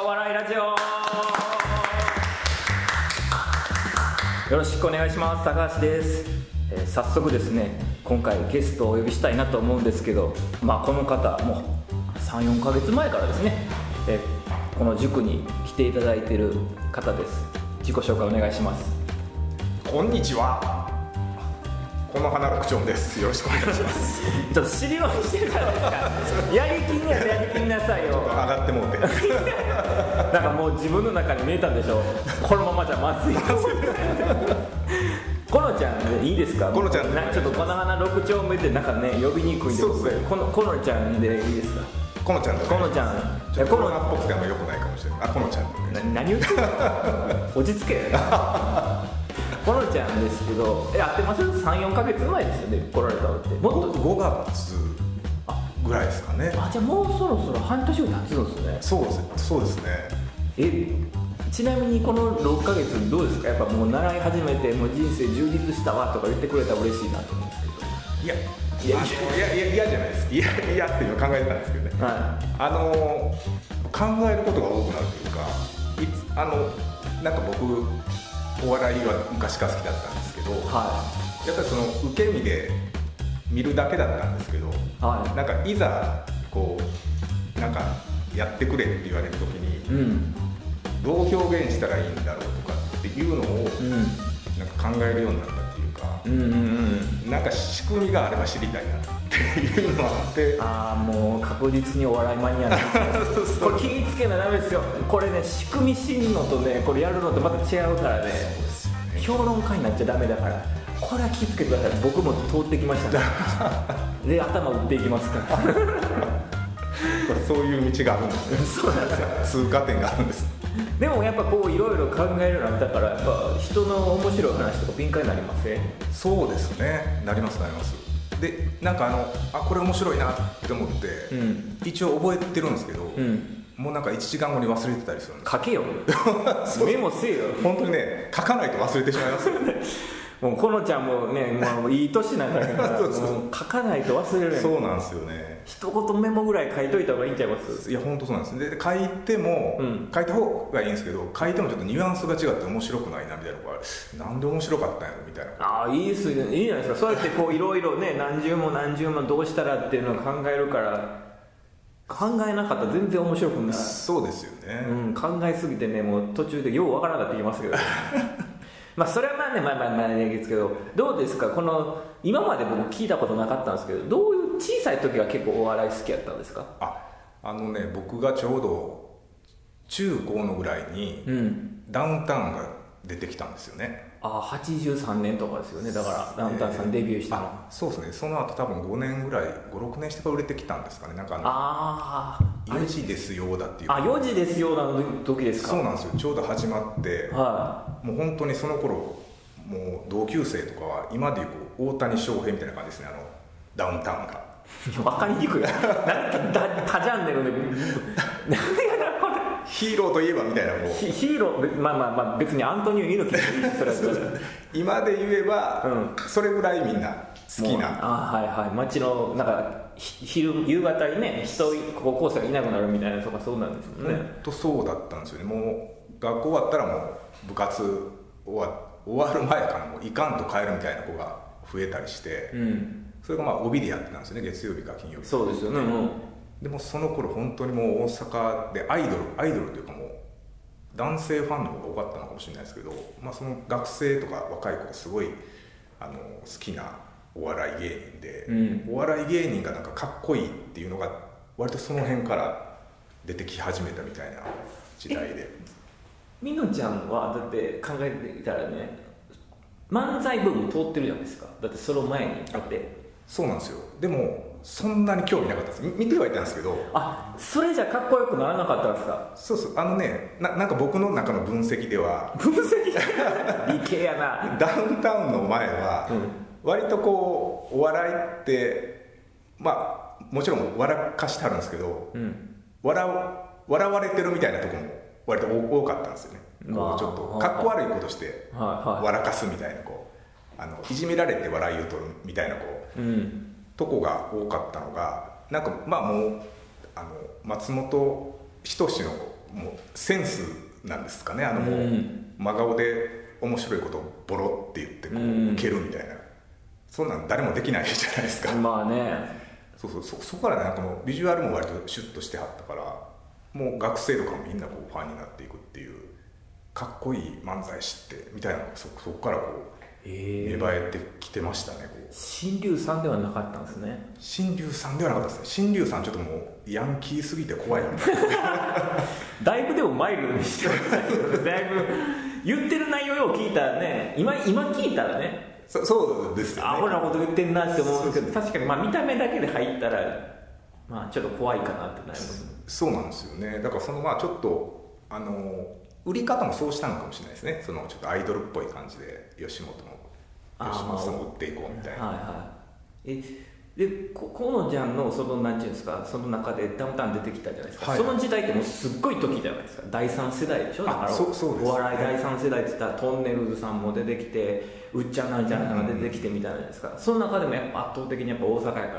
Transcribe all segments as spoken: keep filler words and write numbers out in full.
笑いラジオ、よろしくお願いします。高橋です。えー、早速ですね、今回ゲストをお呼びしたいなと思うんですけど、まあ、この方もうさん、よんかげつまえからですね、えー、この塾に来ていただいている方です。自己紹介お願いします。 こんにちは、この花六丁です。よろしくお願いしますちょっと尻をしてるじゃないですか。やりきんややりきんなさいよ。 ちょっと上がってもうてなんかもう自分の中に見えたんでしょ。このままじゃまずいこのちゃんでいいですか。 このちゃんでなちょっとこの花六丁目でなんかね呼びにくいんで、 そうですね、 このこのちゃんでいいですか。 このちゃんで、ね、 このちゃん、 ちょっとコロナっぽくてあんま良くないかもしれない。あ、このちゃんで、ね、 な何言ってんの落ち着けこのちゃんですけど、え、合ってます？さん、よんかげつまえですよね、来られたのって。もっとごがつぐらいですかね。 あ、じゃあもうそろそろ半年ぐらい経つんですね。 そうです、そうですね。 え、ちなみにこのろっかげつどうですか。やっぱもう習い始めてもう人生充実したわとか言ってくれたら嬉しいなと思うんですけど。 いやいやいやいや嫌じゃないです。いやいやっていうの考えてたんですけどね、はい、あの考えることが多くなるというか、いつあのなんか僕お笑いは昔から好きだったんですけど、はい、やっぱりその受け身で見るだけだったんですけど、はい、なんかいざこうなんかやってくれって言われるときに、うん、どう表現したらいいんだろうとかっていうのを、うん、なんか考えるようになったっていうか、うんうんうん、なんか仕組みがあれば知りたいなっていうのがあって、 ああもう確実にお笑いマニアなんですよこれ気ぃつけなダメですよ。これね、仕組み知んのとね、これやるのとまた違うからね、評論家になっちゃダメだから、これは気ぃつけてください。僕も通ってきましたで頭打っていきますからそういう道があるんですねそうなんですよ、 通過点があるんです。 でもやっぱこういろいろ考えるようになったから、やっぱ人の面白い話とか敏感になりません？ そうですね、なりますなります。でなんかあのあこれ面白いなって思って、うん、一応覚えてるんですけど、うん、もうなんかいちじかんごに忘れてたりするんです。 書けよメモせえよ。 本当にね、書かないと忘れてしまいますよねもうこのちゃんもね、もういい年なんだからもう書かないと忘れるやん。 そうなんですよね。 一言メモぐらい書いといた方がいいんちゃいます？ いや本当そうなんです。で書いても、うん、書いた方がいいんですけど、書いてもちょっとニュアンスが違って面白くないなみたいなのが、なんで面白かったんやろみたいな。 ああいいですね、いいじゃないですか。そうやってこういろいろね、何十も何十もどうしたらっていうのを考えるから、考えなかったら全然面白くない。 そうですよね、 うん、考えすぎてね、もう途中でようわからなかったって言いますけどまあそれはまあね、まあまあまあねですけど、どうですか、この今まで僕聞いたことなかったんですけど、どういう小さい時は結構お笑い好きやったんですか？ ああのね、僕がちょうど中高のぐらいに、うん、ダウンタウンが出てきたんですよね。 ああはちじゅうさんねんとかですよね。だからダウンタウンさんデビューしたの、 あそうですね。その後多分ごねんぐらいご、ろくねんしてから売れてきたんですかね。なんかあのああよじですよだっていう、 あよじですよの時ですか？ そうなんですよ。ちょうど始まって、はい、もう本当にその頃もう同級生とかは今でいうこう大谷翔平みたいな感じですね、あのダウンタウンが分かりにくいなんか多ジャンネルでヒーローといえばみたいな、もうヒーロー、まあまあまあ別にアントニオ猪木それ今で言えば、うん、それぐらいみんな好きな、 あはいはい、街のなんか昼夕方にね、人高校生がいなくなるみたいなとか、そうなんですよね。 本当そうだったんですよね。もう学校終わったらもう部活終わ終わる前からもういかんと帰るみたいな子が増えたりして、うん、それがまあ帯でやってたんですよね、月曜日か金曜日。 そうですよね、うん、 でもその頃本当にもう大阪でアイドルアイドルというかもう男性ファンの方が多かったのかもしれないですけど、まあ、その学生とか若い子がすごいあの好きなお笑い芸人で、うん、お笑い芸人がなんかかっこいいっていうのが割とその辺から出てき始めたみたいな時代で。 みのちゃんはだって考えていたらね、漫才部分通ってるじゃないですか。だってその前にだって。 そうなんですよ。でもそんなに興味なかったです。見てはいたんですけど、 あ、それじゃかっこよくならなかったんですか？ そうそう、あのね、な, なんか僕の中の分析では分析理系やなダウンタウンの前は、うん、割とこうお笑いってまあもちろん笑かしてあるんですけど、うん、笑, 笑われてるみたいなところも割と多かったんですよね。こうちょっとかっこ悪いことして笑かすみたいな、こうあのいじめられて笑いを取るみたいなこう、うん、とこが多かったのが、なんかまあもうあの松本人志のもうセンスなんですかね、あのもう、うん、真顔で面白いことをボロって言ってこう受けるみたいな、うん、そんなん誰もできないじゃないですか。 まあね、 そうそう、 そ, そこからね、なんかもうビジュアルも割とシュッとしてはったから、もう学生とかもみんなこうファンになっていくっていう、かっこいい漫才師ってみたいなのが そ, そこからこう芽生えてきてましたね。こう新竜さんではなかったんですね。 新竜さんではなかったですね。新竜さんちょっともうヤンキーすぎて怖いみたいなだいぶでもマイルドにしてましたけどだいぶ言ってる内容を聞いたらね、今今聞いたらね、 そそうですよね、 アホなこと言ってんなって思うんですけど、確かにまあ見た目だけで入ったらまあちょっと怖いかなってなります。 そうなんですよね。だからそのまあちょっとあの売り方もそうしたのかもしれないですね。そのちょっとアイドルっぽい感じで吉本も吉本さんも売っていこうみたいな。 はいはい。えで河野ちゃんのそのなんていうんですか、その中でダウンタウン出てきたじゃないですか、はい、その時代ってもうすっごい時じゃないですか。だいさん世代でしょ。だからそそうです、 お笑いだいさん世代って言ったらトンネルズさんも出てきて、うっちゃんなんちゃんさんが出てきてみたいなじゃないですか、うん、その中でもやっぱ圧倒的にやっぱ大阪やから。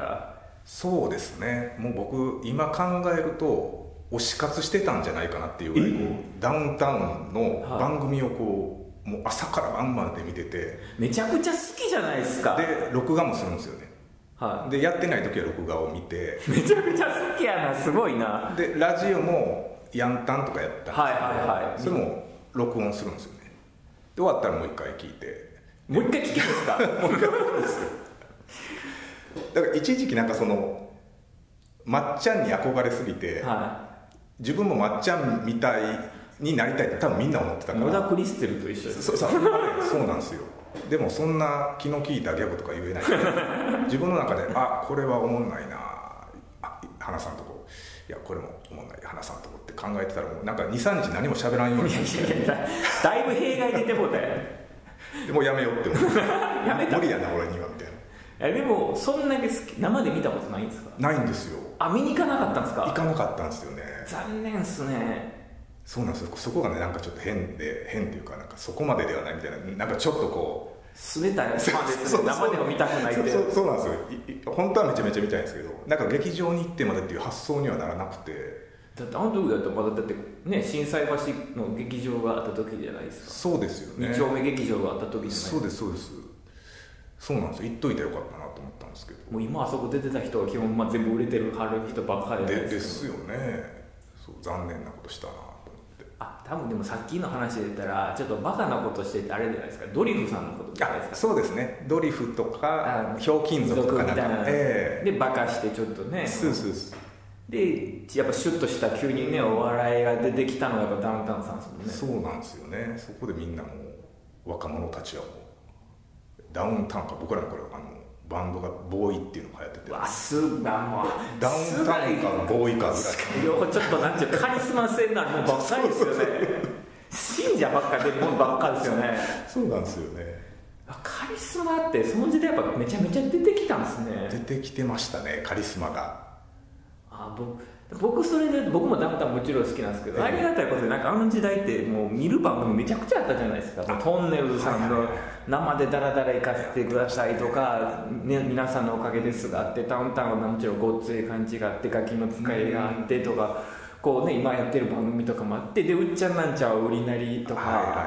そうですね。もう僕今考えると推し活してたんじゃないかなっていうぐらいこうダウンタウンの番組をこう、はい、もう朝から晩まで見てて、 めちゃくちゃ好きじゃないですか。 で録画もするんですよね。 はい、 でやってない時は録画を見てめちゃくちゃ好きやな、すごいな。 でラジオもヤンタンとかやったんですけど、 はいはいはい、 それも録音するんですよね。で終わったらもう一回聞いて、 もう一回聞けるんですかもう一回聞くんですよ。 だから一時期なんかそのまっちゃんに憧れすぎて、はい、自分もまっちゃんみたいになりたいって多分みんな思ってたから。 野田クリステルと一緒です。 そうそうそうなんですよ。でもそんな気の利いたギャグとか言えない自分の中であこれはおもんないなあ、花さんとこいやこれもおもんない花さんとこって考えてたらもうなんか にさんにち何も喋らんようになってだいぶ弊害出てもうたよでもうやめようって思ってやめた無理やな俺にはみたいな。 いやでもそんだけ好き、生で見たことないんですか。 ないんですよ。 あ、見に行かなかったんですか。 行かなかったんですよね。 残念っすね。 そうなんですよ。そこがねなんかちょっと変で変っていうかなんかそこまでではないみたいな、なんかちょっとこうすねたよ、生でも見たくないって。 そうそうなんですよ。本当はめちゃめちゃ見たいんですけど、なんか劇場に行ってまでっていう発想にはならなくて。 だってあの時だとまだだってね心斎橋の劇場があった時じゃないですか。 そうですよね。 に丁目劇場があった時じゃないですか。 そうですそうです。そうなんですよ。行っといたらよかったなと思ったんですけど、 もう今あそこ出てた人は基本、まあ、全部売れてるはる人ばっかりでですよね。そう残念なことしたなと思って。 あ、多分でもさっきの話で言ったらちょっとバカなことしててあれじゃないですか、ドリフさんのことじゃないですか。 そうですね。ドリフとかひょうきん族とかなんか、 えー、でバカしてちょっとね、 そうそうそう。 でやっぱシュッとした急にねお笑いが出てきたのがやっぱダウンタウンさんですもんね。 そうなんですよね。そこでみんなもう若者たちはもうダウンタウンか、僕らの頃あのバンドがボーイっていうのが流行ってて、 わすがもうダウンタウンかボーイかぐらいちょっとなんていうカリスマ性なものばっかりですよね。信者ばっかり出るものばっかりですよね。 そうなんですよね。 カリスマってその時代やっぱめちゃめちゃ出てきたんですね。 出てきてましたね、カリスマが。 あ、僕僕それで僕もダウンタウンもちろん好きなんですけど、えー、ありがたいことでなんかあの時代ってもう見る番組めちゃくちゃあったじゃないですか。トンネルズさんの生でダラダラ行かせてくださいとか、ね、皆さんのおかげですがあって、ダウンタウンはもちろんごっつい感じがあって、ガキの使いがあってとか、こうね今やってる番組とかもあって、でうっちゃんなんちゃは売りなりとか、はいはいはい、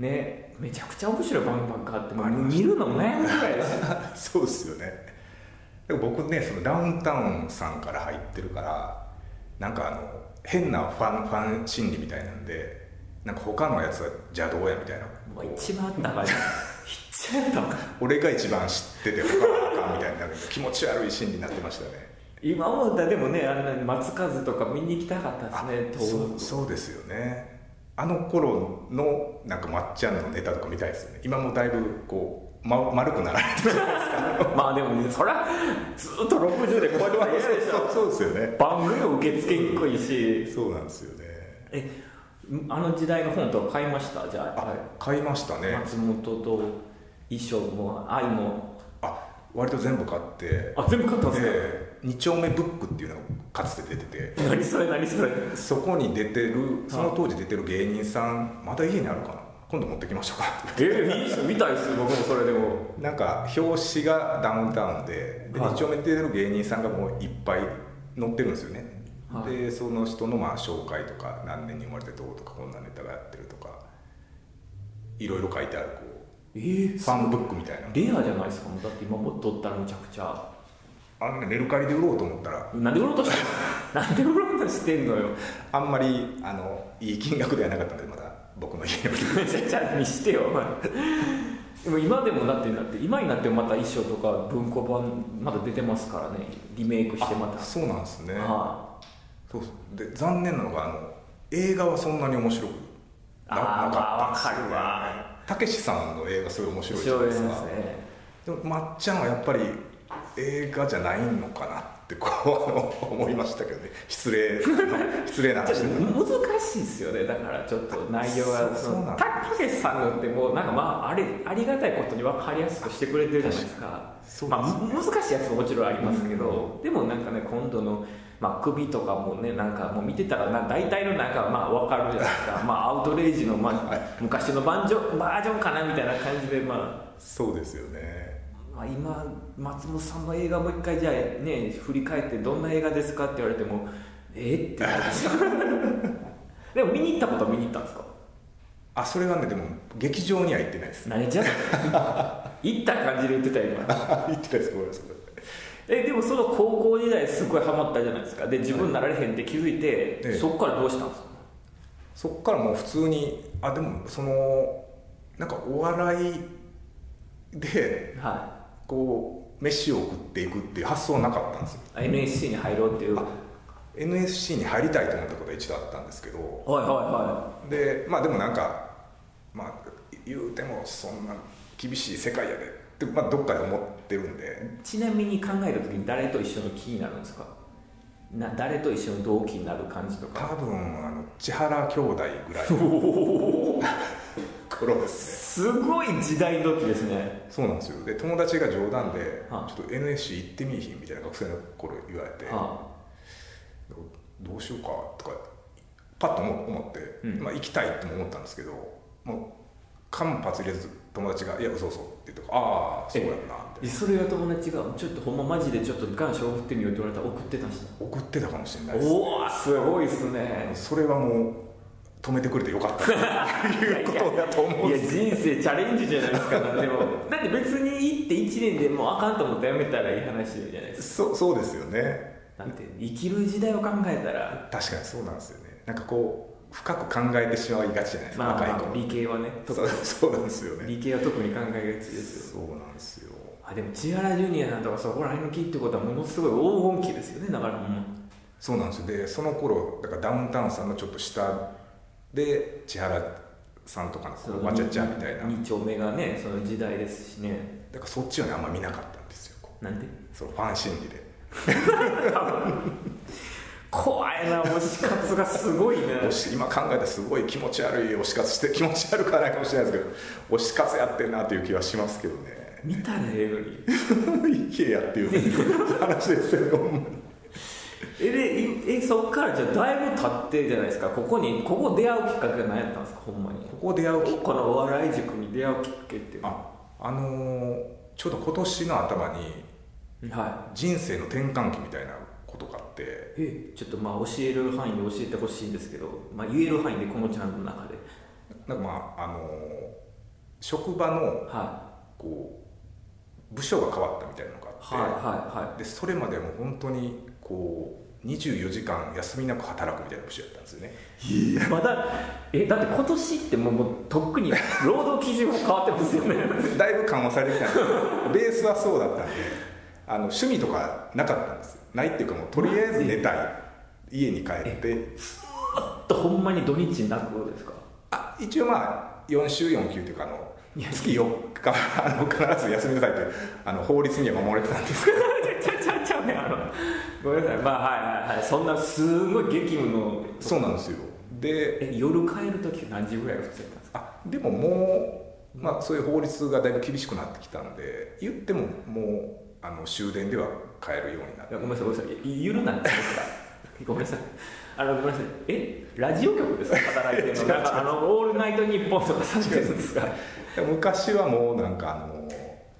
ね、めちゃくちゃ面白い番組ばっかあって、もう見るの悩むぐらいですそうですよね。僕ねそのダウンタウンさんから入ってるからなんかあの変なファンファン心理みたいなんで、なんか他のやつは邪道やみたいな、 もう一番高い一番高い俺が一番知ってて他はあかんみたいになる気持ち悪い心理になってましたね。 今思ったらでもね、あんな松風とか見に行きたかったですね。 そうそうですよね。あの頃のなんかまっちゃんのネタとか見たいですよね。今もだいぶこうま、丸くなられてるじゃないですかまあでも、ね、そりゃずっとろくじゅうでこうやって嫌でしょ。 そうですよね。 番組も受け付けにくいし。 そうなんですよね。 えあの時代の本とか買いました？じゃあ、 あ、買いましたね。 松本と衣装も愛も。 あ、割と全部買って。 あ、全部買ったんですか？ えー、に丁目ブックっていうのがかつて出てて、 何それ何それ。 そこに出てるその当時出てる芸人さんまだ家にあるかな、今度持ってきましょうか。 えー、いいっす、見たいっす。僕もそれでもなんか表紙がダウンタウンで、でに丁目に出てる芸人さんがもういっぱい載ってるんですよね。 はい、でその人のまあ紹介とか何年に生まれてどうとかこんなネタがやってるとかいろいろ書いてあるこう、えー、ファンブックみたいな。 レアじゃないですか。だって今もっと取ったらむちゃくちゃあの、ね、メルカリで売ろうと思ったらなんで売ろうとしてんのなんで売ろうとしてんのよ。 あんまりあのいい金額ではなかったのでまだ僕の家にじゃあ見してよでも今でもだってだって今になってもまた衣装とか文庫版まだ出てますからね。リメイクしてまた。 そうなんですね。 はあ、 そうそうで残念なのがあの映画はそんなに面白くななかったんですよね。わかるわ。たけしさんの映画すごい面白いじゃないですか。ですね、でもまっちゃんはやっぱり映画じゃないのかなってこう思いましたけどね。失礼失礼な話で難しいですよね。だからちょっと内容がたけしさんのってもうなんかまああれありがたいことに分かりやすくしてくれてるじゃないですか。ですね、まあ難しいやつももちろんありますけど、うん、でもなんかね今度のまあ、首とかもねなんかもう見てたらな大体のなんかまあ分かるじゃないですかまあアウトレイジの、まあ、昔のバージョンバージョンかなみたいな感じでまあそうですよね、 まあ、今松本さんの映画もう一回じゃあね振り返ってどんな映画ですかって言われてもえってなるでも見に行ったことは見に行ったんですか。 あそれはねでも劇場には行ってないです。 何じゃ行った感じで言ってた今行ってないです。ごめんなさい。 えでもその高校時代すごいハマったじゃないですか。で自分なられへんって気づいて、はいええ、そっからどうしたんですか。 そっからもう普通にあでもそのなんかお笑いで、はい、こう飯を食っていくっていう発想はなかったんですよ。 エヌエスシー に入ろうっていう。 エヌエスシー に入りたいと思ったことは一度あったんですけど、 はいはいはい。 でまあでもなんかまあ言うてもそんな厳しい世界やでって、まあ、どっかで思ってるんで。 ちなみに考えるときに誰と一緒の気になるんですか。な誰と一緒の同期になる感じとか。 多分あの千原兄弟ぐらいの頃ですね。すごい時代の時ですね。 そうなんですよ。で友達が冗談で、はあ、ちょっと エヌエスシー 行ってみいひんみたいな学生の頃言われて、はあ、どうしようかとかパッと思って、うんまあ、行きたいとも思ったんですけどもう間髪入れず友達が「いや嘘嘘」って言って「ああそうやんな」みたいな。 それが友達が「ちょっとほんまマジでちょっと願書送ってみよう」って言われたら送ってたし送ってたかもしれないです、ね、 おおすごいっすね。 それはもう止めてくれてよかったということだと思うんです。 いや人生チャレンジじゃないですか。でもだって別に行っていちねんでもうあかんと思ってやめたらいい話じゃないですか。そ, そうですよね。 なんて生きる時代を考えたら確かにそうなんですよね。なんかこう深く考えてしまいがちじゃないですか、まあ、 若い頃。理系はねそう、そうなんですよね。 理系は特に考えがちですよ。そうなんですよ。 あでも千原ジュニアなんとかそこら辺の木ってことはものすごい黄金期ですよね。だから、うん、 そうなんですよ。でその頃だからダウンタウンさんのちょっと下で千原さんとかのわちゃちゃみたいなに丁目がねその時代ですしね。 だからそっちはねあんま見なかったんですよ。 なんでそのファン心理で怖いな。推し活がすごいね今考えたらすごい気持ち悪い推し活して気持ち悪くはないかもしれないですけど推し活やってんなという気はしますけどね。 見たらええのに行けやっていう話ですよね。 えでえそっからじゃあだいぶ経ってじゃないですか。ここにここ出会うきっかけが何やったんですか。ほんまにここ出会うきっかけ、 このお笑い塾に出会うきっかけっていうああのー、ちょうど今年の頭に、はい、人生の転換期みたいなことがあって、 えちょっとまあ教える範囲で教えてほしいんですけど、まあ、言える範囲でこのチャンネルの中でなんかまああのー、職場の、はい、こう部署が変わったみたいなのがあって、はいはいはい、でそれまでも本当にこうにじゅうよじかん休みなく働くみたいな部署やったんですよね。 まだえだって今年ってもう、もうとっくに労働基準が変わってますよねだいぶ緩和されてきたんですけどベースはそうだったんであの趣味とかなかったんですよ。ないっていうかもうとりあえず寝たい家に帰ってずっとほんまに土日なくですか。 あ一応まあよん週よん休っていうかあの月よっかあの必ず休みなさいってあの法律には守れてたんですけどちゃちゃちゃねあのごめんなさい。まあはいはいはいそんなすごい激務のそうなんですよ。でえ夜帰る時何時ぐらいが普通だったんですか。 あでももう、まあ、そういう法律がだいぶ厳しくなってきたんで言ってももうあの終電では帰るようになって。 ごめんなさいごめんなさいゆるなんですかごめんなさいあのごめんなさいえラジオ局ですか働いてるのなんかあのオールナイトニッポンとかされてるんですか昔はもうなんかあの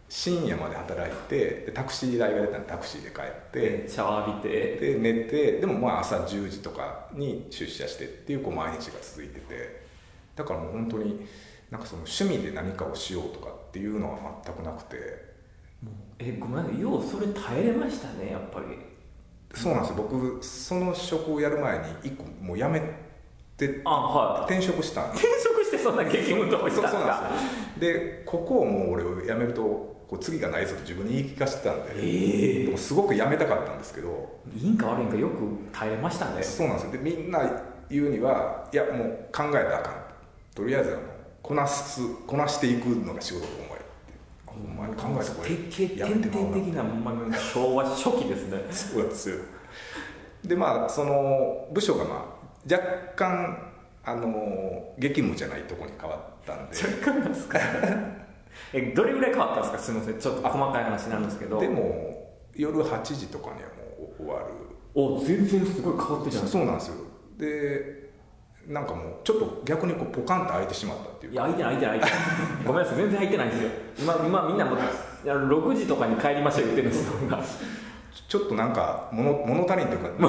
深夜まで働いて、でタクシー代が出たらタクシーで帰ってシャワー浴びてで寝て、でもまあ朝じゅうじとかに出社してっていう、こう毎日が続いてて、だからもう本当になんかその趣味で何かをしようとかっていうのは全くなくて。 えごめんなさい、ようそれ耐えれましたねやっぱり。 そうなんですよ、僕その職をやる前にいっこもう辞めて、 あ、はい、 転職したんです。 転職してそんな激務とかしたんですか？ そうなんですよ。でここをもう俺を辞めるとこう次がないぞと自分に言い聞かせてたんで、えー、でもすごく辞めたかったんですけど、 いいんか悪いんかよく耐えれましたね。 そうなんですよ。でみんな言うにはいやもう考えたらあかん、とりあえずあのこなすこなしていくのが仕事と思えって、お前考えたらこれやめてもらうな。典型的な、まあ、昭和初期ですね。 そうなんですよ。でまあその部署がまあ若干あの激務じゃないところに変わったんで。 若干なんですか？えどれぐらい変わったんですか？すみません、ちょっと細かい話なんですけど。 でも夜はちじとかにはもう終わる。 お全然すごい変わってじゃないですか。 そうなんですよ。でなんかもうちょっと逆にこうポカンと開いてしまったっていうか。 いや開いてない開いてない開いてないごめんなさい、全然開いてないんですよ。今今みんなもうろくじとかに帰りました言ってるんですよ。 ちょっとなんか物物足りんというか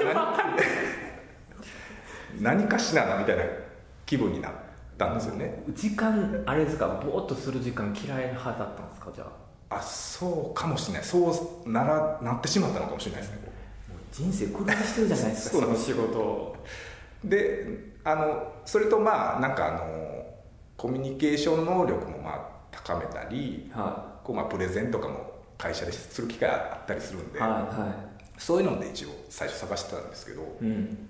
何かしななみたいな気分になったんですよね。 時間あれですか、ぼーっとする時間嫌い派だったんですか？じゃああそうかもしれない。そうならなってしまったのかもしれないですね。もう人生狂わしてるじゃないですか。その仕事であのそれとまあなんかあのコミュニケーション能力もまあ高めたり、はい、こうまあプレゼンとかも会社でする機会あったりするんで、はいはい、そういうので一応最初探してたんですけど、うん、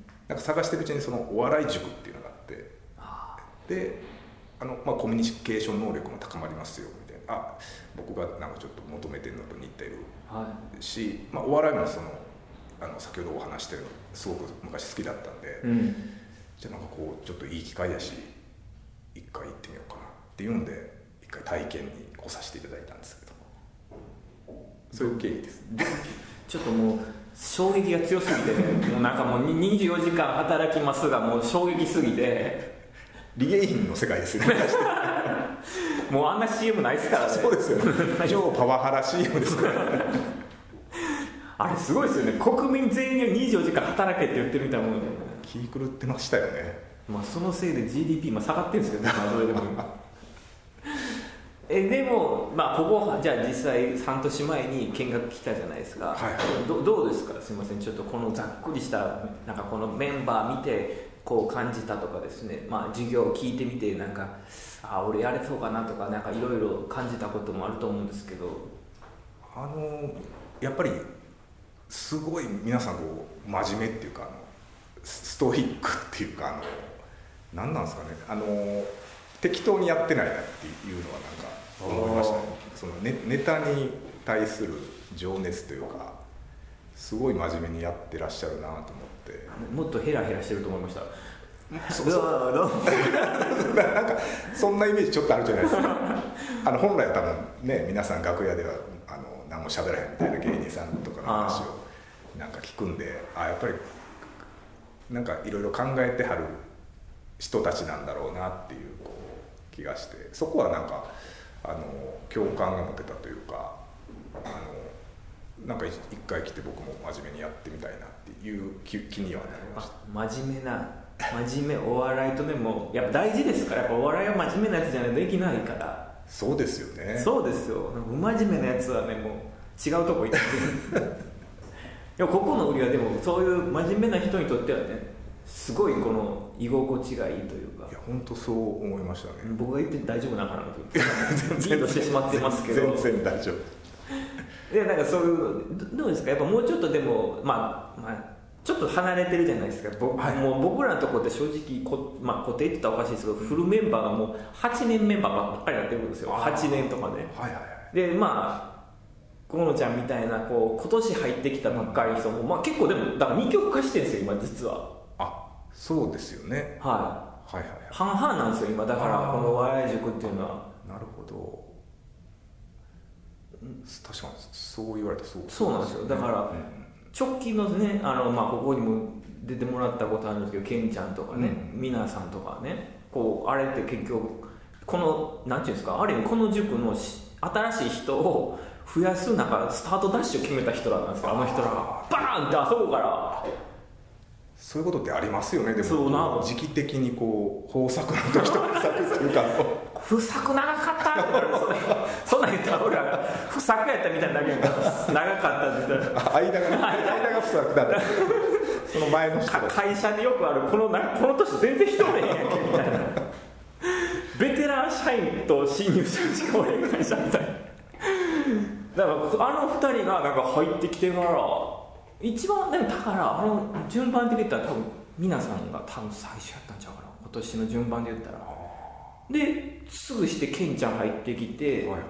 なんか探してるうちにそのお笑い塾っていうのがあって、はあ、であの、まあ、コミュニケーション能力も高まりますよみたいな、あ僕がなんかちょっと求めてるのと似てる、はい、し、まあ、お笑いもそのあの先ほどお話してるのすごく昔好きだったんで、うん、じゃあなんかこうちょっといい機会だし一回行ってみようかなっていうんで一回体験に来させていただいたんですけど、そういう経緯です。 ちょっともう衝撃が強すぎてね、もうなんかもうにじゅうよじかん働きますがもう衝撃すぎてリゲインの世界ですよねもうあんな シーエム ないですからね。 そうですよ超パワハラ シーエム ですからあれすごいですよね。国民全員がにじゅうよじかん働けって言ってるみたいなもんね。 気狂ってましたよね。 まあそのせいで ジーディーピー 今下がってるんですけどね、それでもえでも、まあ、ここじゃあ実際半年前に見学来たじゃないですか、はいはい、ど, どうですか？すみません、ちょっとこのざっくりしたなんかこのメンバー見てこう感じたとかですね、まあ、授業を聞いてみてなんかあ俺やれそうかなとかなんかいろいろ感じたこともあると思うんですけど、 あのやっぱりすごい皆さんこう真面目っていうかあのストイックっていうかあの何なんですかね、あの適当にやってないなっていうのはなんか思いましたね。その ネ, ネタに対する情熱というかすごい真面目にやってらっしゃるなと思って。 もっとヘラヘラしてると思いました。 そうそうなんかそんなイメージちょっとあるじゃないですかあの本来は多分ね皆さん楽屋ではあの何も喋らへんみたいな芸人さんとかの話をなんか聞くんで、あやっぱりなんかいろいろ考えてはる人たちなんだろうなっていうこう気がして、そこはなんかあの共感が持てたというか、あのなんか一回来て僕も真面目にやってみたいなっていう気にはなりました。 真面目な真面目お笑いとでもやっぱ大事ですから、やっぱお笑いは真面目なやつじゃないとできないから。 そうですよね。 そうですよ。不真面目なやつはねもう違うとこ行ってでもここの売りはでもそういう真面目な人にとってはねすごいこの居心地がいいというか。 いや本当そう思いましたね。 僕が言って大丈夫なのかなとリードしてしまってますけど全然大丈夫でなんかそういうどうですか、やっぱもうちょっとでもまあまあちょっと離れてるじゃないですか、はい、もう僕らのところって正直こ、まあ、固定って言ったらおかしいですけど、フルメンバーがもうはちねんメンバーばっかりになってるんですよ。はちねんとかね、はいはいはい、でまあ河野ちゃんみたいなこう今年入ってきたばっかりの人も、まあ、結構でもだからにきょく化してるんですよ今実は。 あそうですよね、 はい、はいはいはい、半々なんですよ今だからこの笑い塾っていうのは。 なるほど、確かにそう言われたらそうそうなんですよ。だから、うん、直近のねあの、まあ、ここにも出てもらったことあるんですけど、ケンちゃんとかね、うん、ミナさんとかね、こうあれって結局このなんていうんですか、ある意味この塾の新しい人を増やすなんかスタートダッシュを決めた人らなんですよ、あの人らがバーンってあそこから。そういうことってありますよね。でも時期的にこう豊作の時と不作するか不作長かったって言われるそんなん言ったら俺らが不作やったみたいなだけやから長かったって言ったら間が間が不作だったその前の人会社でよくあるこのなこの年全然人おれへんやんけみたいなベテラン社員と新入社員しかおれへん会社みたいな。だからあのふたりがなんか入ってきてから一番でもだからあの順番で言ったら多分皆さんが多分最初やったんちゃうかな、今年の順番で言ったら。ですぐしてケンちゃん入ってきて、はい、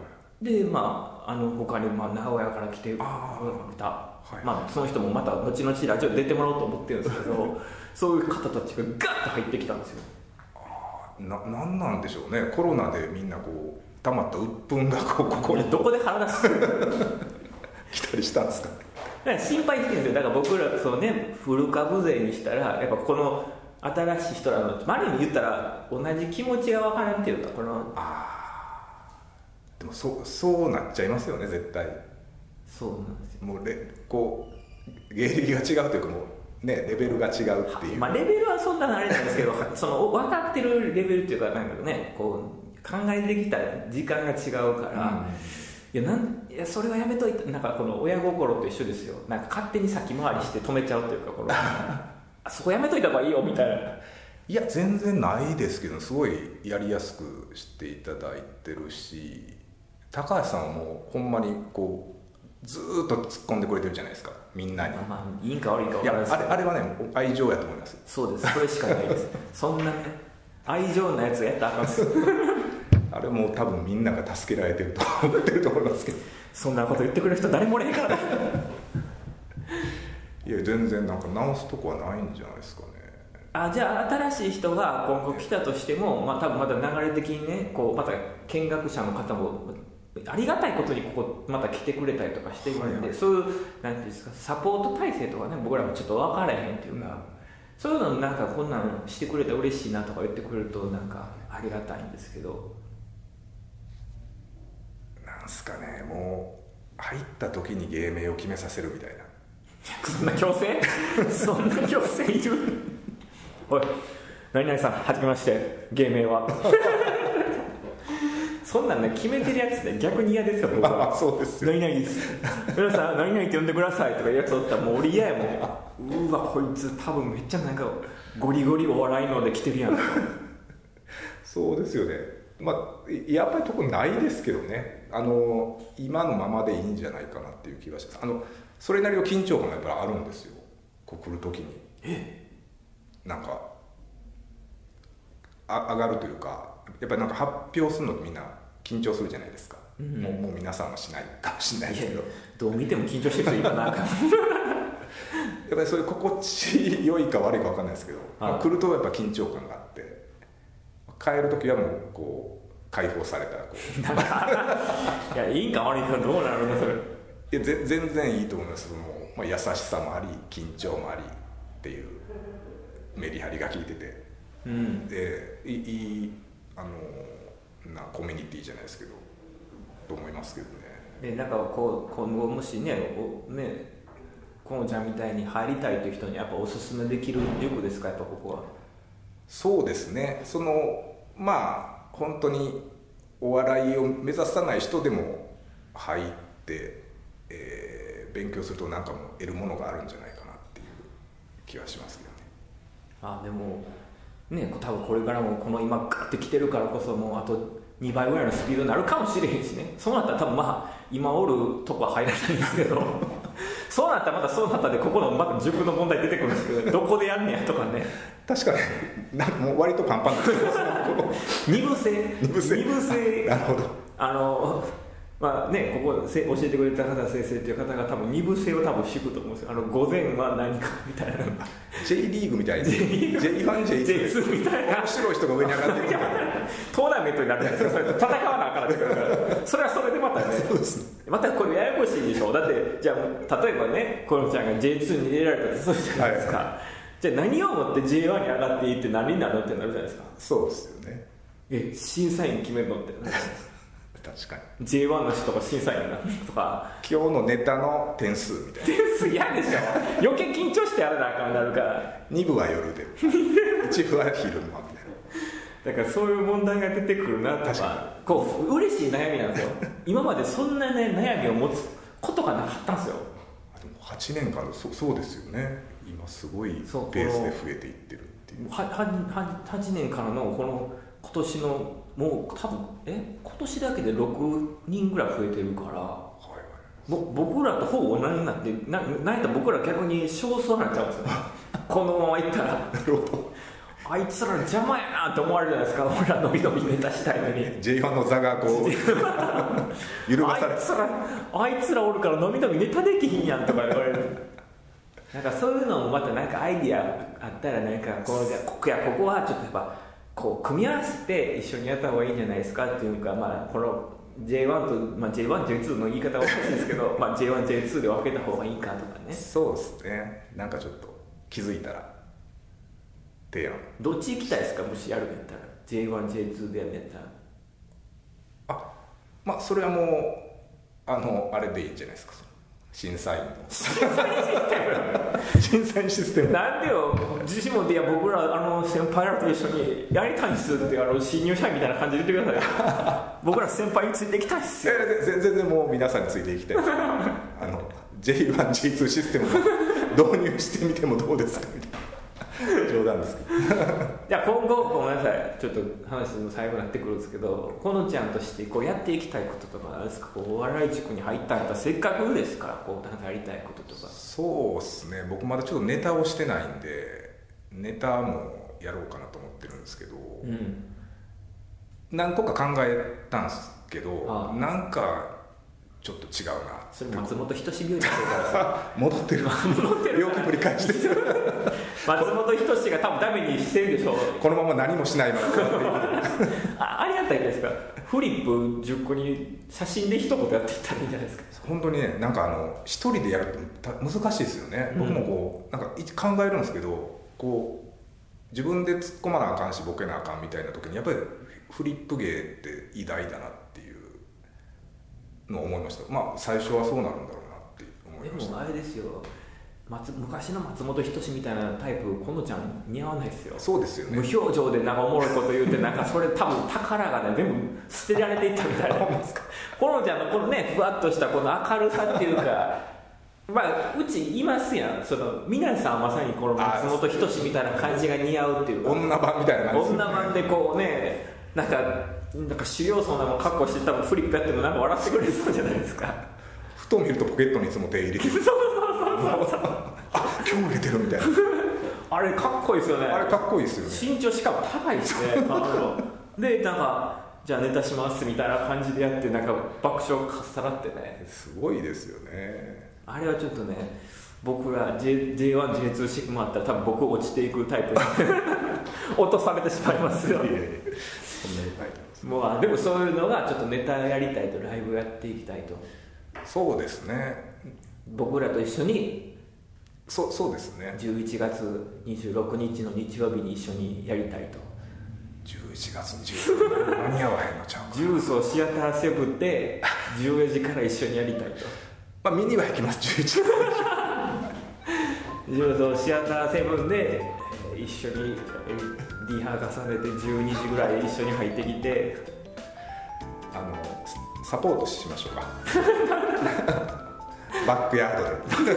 でまああの他にまあ名古屋から来てた、はい、まあその人もまた後々ラジオ出てもらおうと思ってるんですけどそういう方たちがガッと入ってきたんですよ。 あななんなんでしょうね、コロナでみんなこう溜まった鬱憤がこうここにどこで腹出す来たりしたんですか。 だから心配してるんですよ。だから僕らそうね古株勢にしたらやっぱこの新しい人らのある意味言ったら同じ気持ちが分からんっていうかこのあでもそそうなっちゃいますよね絶対。 そうなんですよ。 もうレこう芸歴が違うというかもうねレベルが違うっていう、 まあレベルはそんなのあれなんですけどその分かってるレベルっていうかなんかねこう考えてきた時間が違うから、うんいやなんいやそれはやめといてなんかこの親心と一緒ですよ。なんか勝手に先回りして止めちゃうというかこのそこやめといた方がいいよみたいな。 いや全然ないですけどすごいやりやすくしていただいてるし高橋さんはもうほんまにこうずーっと突っ込んでくれてるじゃないですかみんなに。 まあ、まあ、いいんか悪いか分からないですけどいやあれあれはね愛情やと思います。 そうですそれしかないですそんなね愛情なやつやったらあかんですあれも多分みんなが助けられてると思ってると思いますけどそんなこと言ってくれる人誰もおれへんからいや全然なんか直すとこはないんじゃないですかね。 あじゃあ新しい人が今後来たとしても、まあ、多分また流れ的にねこうまた見学者の方もありがたいことにここまた来てくれたりとかしてるんで、はいはい、そういうなんていうんですかサポート体制とかね僕らもちょっと分からへんっていうか、うん、そういうのなんかこんなんしてくれたら嬉しいなとか言ってくれるとなんかありがたいんですけどなんすかねもう入った時に芸名を決めさせるみたいなそんな強制そんな強制いるおい何々さんはじめまして芸名はそんなんね決めてるやつで逆に嫌ですよ僕は。 あそうですよ何々です皆さん何々って呼んでくださいとかいうやつおったらもう俺嫌やもんうわこいつ多分めっちゃなんかゴリゴリお笑いので来てるやんそうですよね。まあやっぱり特にないですけどねあの今のままでいいんじゃないかなっていう気がします。あのそれなりの緊張感がやっぱりあるんですよこう来る時に。 えなんかあ上がるというかやっぱりなんか発表するのってみんな緊張するじゃないですか、うん、も, うもう皆さんはしないかもしれないですけどどう見ても緊張してる人いるかなやっぱりそういう心地良いか悪いか分かんないですけど、まあ、来るとやっぱ緊張感があって帰る時はもうこう解放されたらこうなんかいやいいんか悪いかどうなるのそれ。 いやぜ全然いいと思います。もう、まあ、優しさもあり緊張もありっていうメリハリが効いてて、うん、でいいあのなコミュニティじゃないですけどと思いますけどね。 でなんかこう今後もしねおねこのちゃんみたいに入りたいという人にやっぱおすすめできる塾ですかやっぱここは。 そうですねそのまあ本当にお笑いを目指さない人でも入ってえー、勉強すると何かも得るものがあるんじゃないかなっていう気はしますけどね。 あでもね多分これからもこの今ガッて来てるからこそもうあとにばいぐらいのスピードになるかもしれへんしね。そうなったら多分まあ今おるとこは入らないんですけどそうなったらまたそうなったでここのまた塾の問題出てくるんですけどどこでやんねやとかね。 確かになんかもう割とパンパンな二部制二部制二部制なるほど。 あのまあね、ここせ教えてくれた方先生っていう方が多分二部制を多分敷くと思うんですよ。あの午前は何かみたいな J リーグみたいな J リーグ J ワン J ツー J ツーみたいな面白い人が上に上がってるみたいなトーナメントになるじゃないですか。それ戦わなあかんってくるからそれはそれでまたねそうです、 またこれややこしいでしょ。だってじゃあ例えばねこのちゃんが J ツー に入れられたらそうじゃないですか、はい、じゃあ何をもって J ワン に上がっていいって何になるのってなるじゃないですか。 そうですよね。 え審査員決めるのって確かにジェイワン の人が審査員になったとか今日のネタの点数みたいな点数嫌でしょ余計緊張してやらなあかんなるからに部は夜でいち部は昼間みたいなだからそういう問題が出てくるなとかこう嬉しい悩みなんですよ今までそんな、ね、悩みを持つことがなかったんですよでもはちねんかん そ, そうですよね今すごいペースで増えていってるっていうはははちねんからのこの今年のもう多分え今年だけでろくにんぐらい増えてるから、はいはい、ぼ僕らとほぼ同じになってななんやったら僕ら逆に少数派になっちゃうんですよこのままいったらなるほどあいつら邪魔やなって思われるじゃないですか俺ら伸び伸びネタしたいのにジェイワン の座がこう揺るがされてあいつらあいつらおるから伸び伸びネタできひんやんとか言われるなんかそういうのもまたなんかアイディアあったらなんかこのここやここはちょっとやっぱこう組み合わせて一緒にやった方がいいんじゃないですかっていうかまあこの ジェイワン と、まあ、ジェイワン、ジェイツー の言い方はおかしいですけどまあ ジェイワン、ジェイツー で分けた方がいいかとかねそうですねなんかちょっと気づいたら提案どっち行きたいですかもしやるんやったら ジェイワン、ジェイツー でやるんやったらあまあそれはもうあのあれでいいんじゃないですか審査員の審査員システム審査員システムなんでよ自信持っていや僕らあの先輩らと一緒にやりたいんですってあの新入社員みたいな感じで言ってください僕ら先輩についていきたいっすよ全然もう皆さんについていきたいですあの ジェイワン、ジェイツー システムを導入してみてもどうですかみたいな冗談ですけどじゃあ今後ごめんなさいちょっと話の最後になってくるんですけどこのちゃんとしてこうやっていきたいこととかあれですかこうお笑い塾に入ったんやったらせっかくですからこうなんかやりたいこととかそうですね僕まだちょっとネタをしてないんでネタもやろうかなと思ってるんですけど、うん、何個か考えたんですけどああなんかちょっと違うなそれ松本人志病院の人から戻ってる戻ってる病気繰り返してる松本人志が多分ダメにしてるでしょこのまま何もしないのああれやったらいいですかフリップじゅっこに写真で一言やっていったらいいんじゃないですか本当にねなんかあの一人でやると難しいですよね、うん、僕もこうなんか考えるんですけどこう自分で突っ込まなあかんしボケなあかんみたいな時にやっぱりフリップ芸って偉大だなっていうのを思いましたまあ最初はそうなるんだろうなって思いましたでもあれですよ松昔の松本人志みたいなタイプこのちゃん似合わないですよそうですよね無表情でなんかおもろいこと言うてなんかそれ多分宝がね全部捨てられていったみたいなこのちゃんのこのねふわっとしたこの明るさっていうかまあうちいますやんその皆さんまさにこの松本人志みたいな感じが似合うっていうか女版みたいな感じですよね女版でこうねなんかなんか修行僧なの格好して多分フリップやってるのなんか笑ってくれそうじゃないですかふと見るとポケットにいつも手入れてるそうそうそうそうあ今日入れてるみたいなあれかっこいいですよねあれかっこいいですよね身長しかも高いですねでなんかじゃあネタしますみたいな感じでやってなんか爆笑かっさらってねすごいですよねあれはちょっとね僕ら ジェイワン、ジェイツー シグマあったら多分僕落ちていくタイプ落とされてしまいますよいやいやそんなにないもうでもそういうのがちょっとネタやりたいとライブやっていきたいとそうですね僕らと一緒にそ, そうですねじゅういちがつにじゅうろくにちの日曜日に一緒にやりたいとじゅういちがつにじゅうろくにち間に合わへんのちゃうかジュースをシアターセブンでじゅうよじから一緒にやりたいとまあ見には行きますじゅういちがつジュースをシアターセブンで一緒にリハ重ねてじゅうにじぐらい一緒に入ってきてあのサポートしましょうかバックヤードで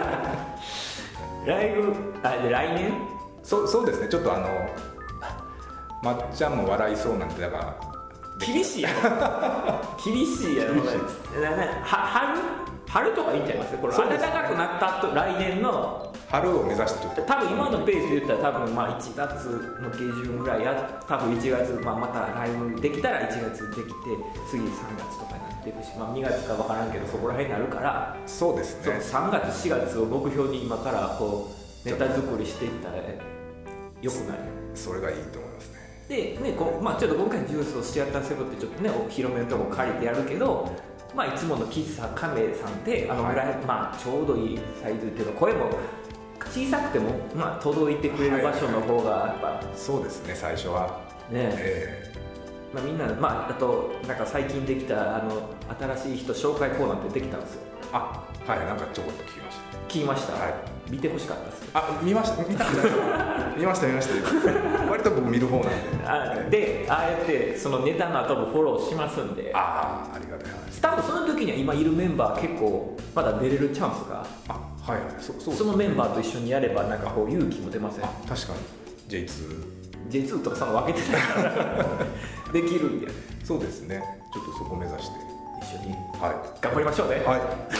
ライブあ来年そ, そうですねちょっとあのまっちゃんも笑いそうなんでだから厳しいやろ厳しいやろ春春とかいいんちゃいますこれ暖かくなった後来年の春を目指してちょっと多分今のペースで言ったら多分まあいちがつの下旬ぐらいや多分いちがつ、まあ、またライブできたらいちがつできて次さんがつとかになっていくし、まあ、にがつか分からんけどそこら辺になるからそうですねさんがつしがつを目標に今からこうネタ作りしていったらよくないそれがいいと思いますねでねこう、まあ、ちょっと今回ジュースをシアターセブンってちょっとねお披露目のとこ借りてやるけどまあ、いつもの喫茶カメさんであのぐらい、はい、まあ、ちょうどいいサイズっていうか声も小さくても、まあ、届いてくれる場所の方がやっぱ、 はいはい、そうですね最初はねえまあ、みんな、まあ、あとなんか最近できたあの新しい人紹介コーナーってできたんですよ。 あ、はい、なんかちょこっと聞きました。 聞きました、 はい、 見てほしかったです。 あ、見ました見た見ました見ました割と僕見る方なんであで、ああやってそのネタの後もフォローしますんで、 ああ、ありがたい話。 多分その時には今いるメンバー結構まだ出れるチャンスが、 あ、はいはい、そ, そうそのメンバーと一緒にやればなんかこう勇気も出ません？ あ、確かに ジェイツージェイツー とかその分けてないからできるんで、 そうですね、ちょっとそこ目指して一緒にはい頑張りましょうね。 はい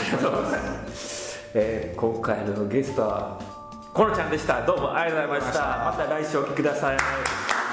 えー、今回のゲストはコロちゃんでした。どうもありがとうございました。また来週お聞きください。